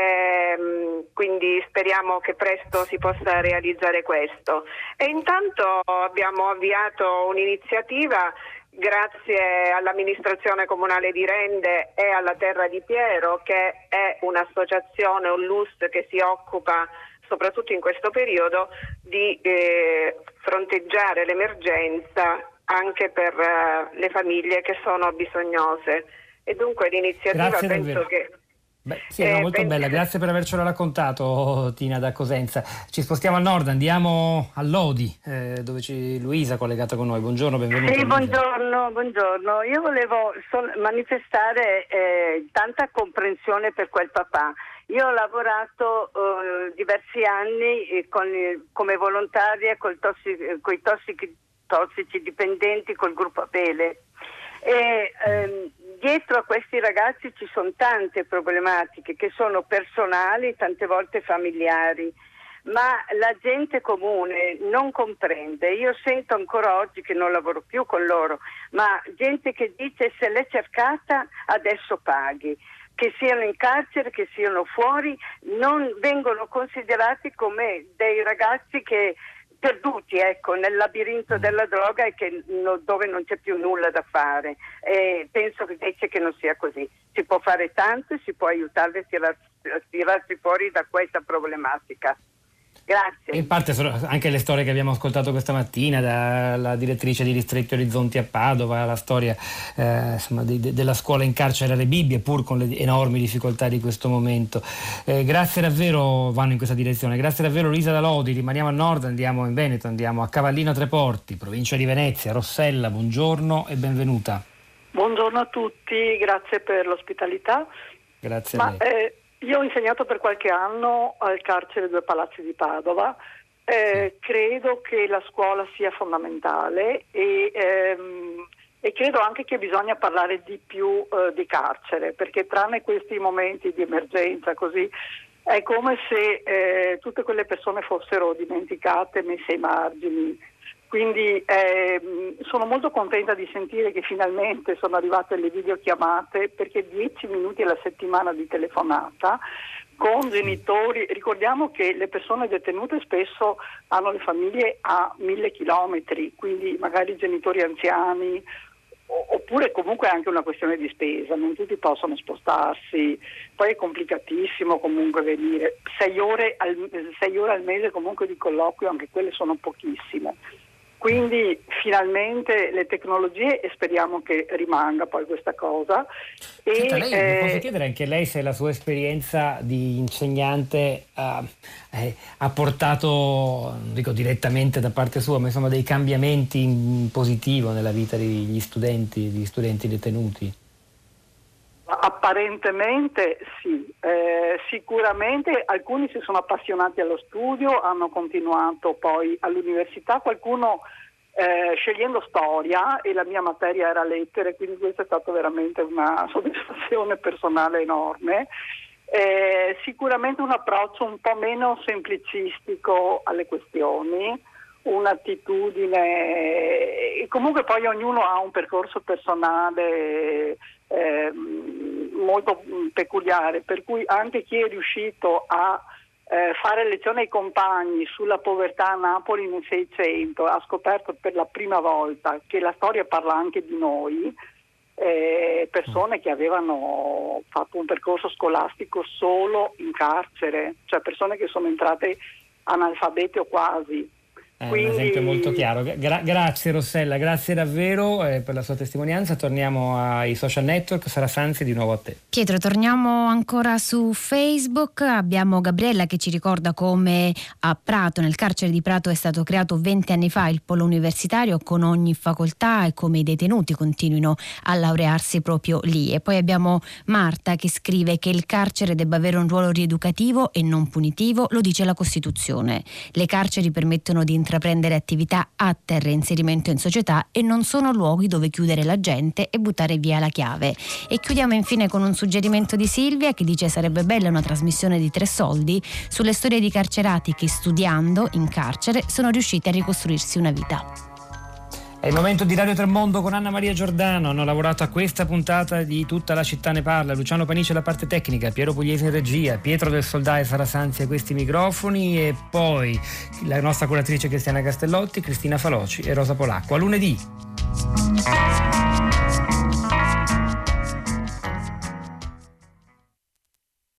quindi speriamo che presto si possa realizzare questo. E intanto abbiamo avviato un'iniziativa grazie all'amministrazione comunale di Rende e alla Terra di Piero, che è un'associazione, un LUS che si occupa soprattutto in questo periodo di fronteggiare l'emergenza anche per le famiglie che sono bisognose, e dunque l'iniziativa penso che sì, è molto bella, grazie per avercelo raccontato, Tina da Cosenza. Ci spostiamo al nord, andiamo a Lodi, dove c'è Luisa collegata con noi. Buongiorno, benvenuta. Sì, buongiorno. Io volevo manifestare tanta comprensione per quel papà. Io ho lavorato diversi anni come volontaria con i tossici dipendenti col gruppo Apele, e dietro a questi ragazzi ci sono tante problematiche che sono personali, tante volte familiari, ma la gente comune non comprende. Io sento ancora oggi, che non lavoro più con loro, ma gente che dice: se l'è cercata adesso paghi. Che siano in carcere, che siano fuori, non vengono considerati come dei ragazzi che perduti, ecco, nel labirinto della droga, e dove non c'è più nulla da fare. Penso invece che non sia così. Si può fare tanto e si può aiutarli a tirarsi fuori da questa problematica. Grazie. In parte sono anche le storie che abbiamo ascoltato questa mattina dalla direttrice di Ristretti Orizzonti a Padova, la storia della scuola in carcere alle Bibbie, pur con le enormi difficoltà di questo momento. Grazie davvero, vanno in questa direzione. Grazie davvero Luisa da Lodi. Rimaniamo al nord, andiamo in Veneto, andiamo a Cavallino Treporti, provincia di Venezia. Rossella, buongiorno e benvenuta. Buongiorno a tutti, grazie per l'ospitalità. Grazie a lei. Io ho insegnato per qualche anno al carcere Due Palazzi di Padova. Credo che la scuola sia fondamentale e credo anche che bisogna parlare di più di carcere, perché tranne questi momenti di emergenza così è come se tutte quelle persone fossero dimenticate, messe ai margini. Quindi sono molto contenta di sentire che finalmente sono arrivate le videochiamate, perché 10 minuti alla settimana di telefonata con genitori. Ricordiamo che le persone detenute spesso hanno le famiglie a 1000 chilometri, quindi magari genitori anziani, oppure comunque anche una questione di spesa, non tutti possono spostarsi, poi è complicatissimo comunque venire. 6 ore al mese comunque di colloquio, anche quelle sono pochissime. Quindi finalmente le tecnologie, e speriamo che rimanga poi questa cosa. Senta, lei, posso chiedere anche lei se la sua esperienza di insegnante ha portato, non dico direttamente da parte sua, ma insomma dei cambiamenti in positivo nella vita degli studenti detenuti? Apparentemente sì, sicuramente alcuni si sono appassionati allo studio, hanno continuato poi all'università, qualcuno scegliendo storia, e la mia materia era lettere, quindi questa è stata veramente una soddisfazione personale enorme. Sicuramente un approccio un po' meno semplicistico alle questioni, un'attitudine, e comunque poi ognuno ha un percorso personale molto peculiare, per cui anche chi è riuscito a fare lezione ai compagni sulla povertà a Napoli nel 600, ha scoperto per la prima volta che la storia parla anche di noi, persone che avevano fatto un percorso scolastico solo in carcere, cioè persone che sono entrate analfabete o quasi. Un esempio molto chiaro. Grazie Rossella, grazie davvero per la sua testimonianza. Torniamo ai social network. Sara Sanzi, di nuovo a te. Pietro, torniamo ancora su Facebook. Abbiamo Gabriella che ci ricorda come a Prato, nel carcere di Prato, è stato creato 20 anni fa il polo universitario con ogni facoltà e come i detenuti continuino a laurearsi proprio lì. E poi abbiamo Marta che scrive che il carcere debba avere un ruolo rieducativo e non punitivo, lo dice la Costituzione. Le carceri permettono di intraprendere attività atte al reinserimento in società e non sono luoghi dove chiudere la gente e buttare via la chiave. E chiudiamo infine con un suggerimento di Silvia che dice: sarebbe bella una trasmissione di 3 soldi sulle storie di carcerati che studiando in carcere sono riusciti a ricostruirsi una vita. È il momento di Radio Tremondo con Anna Maria Giordano. Hanno lavorato a questa puntata di Tutta la città ne parla. Luciano Panici alla parte tecnica, Piero Pugliese in regia, Pietro del Soldà e Sara Sanzi a questi microfoni, e poi la nostra curatrice Cristiana Castellotti, Cristina Faloci e Rosa Polacco. A lunedì.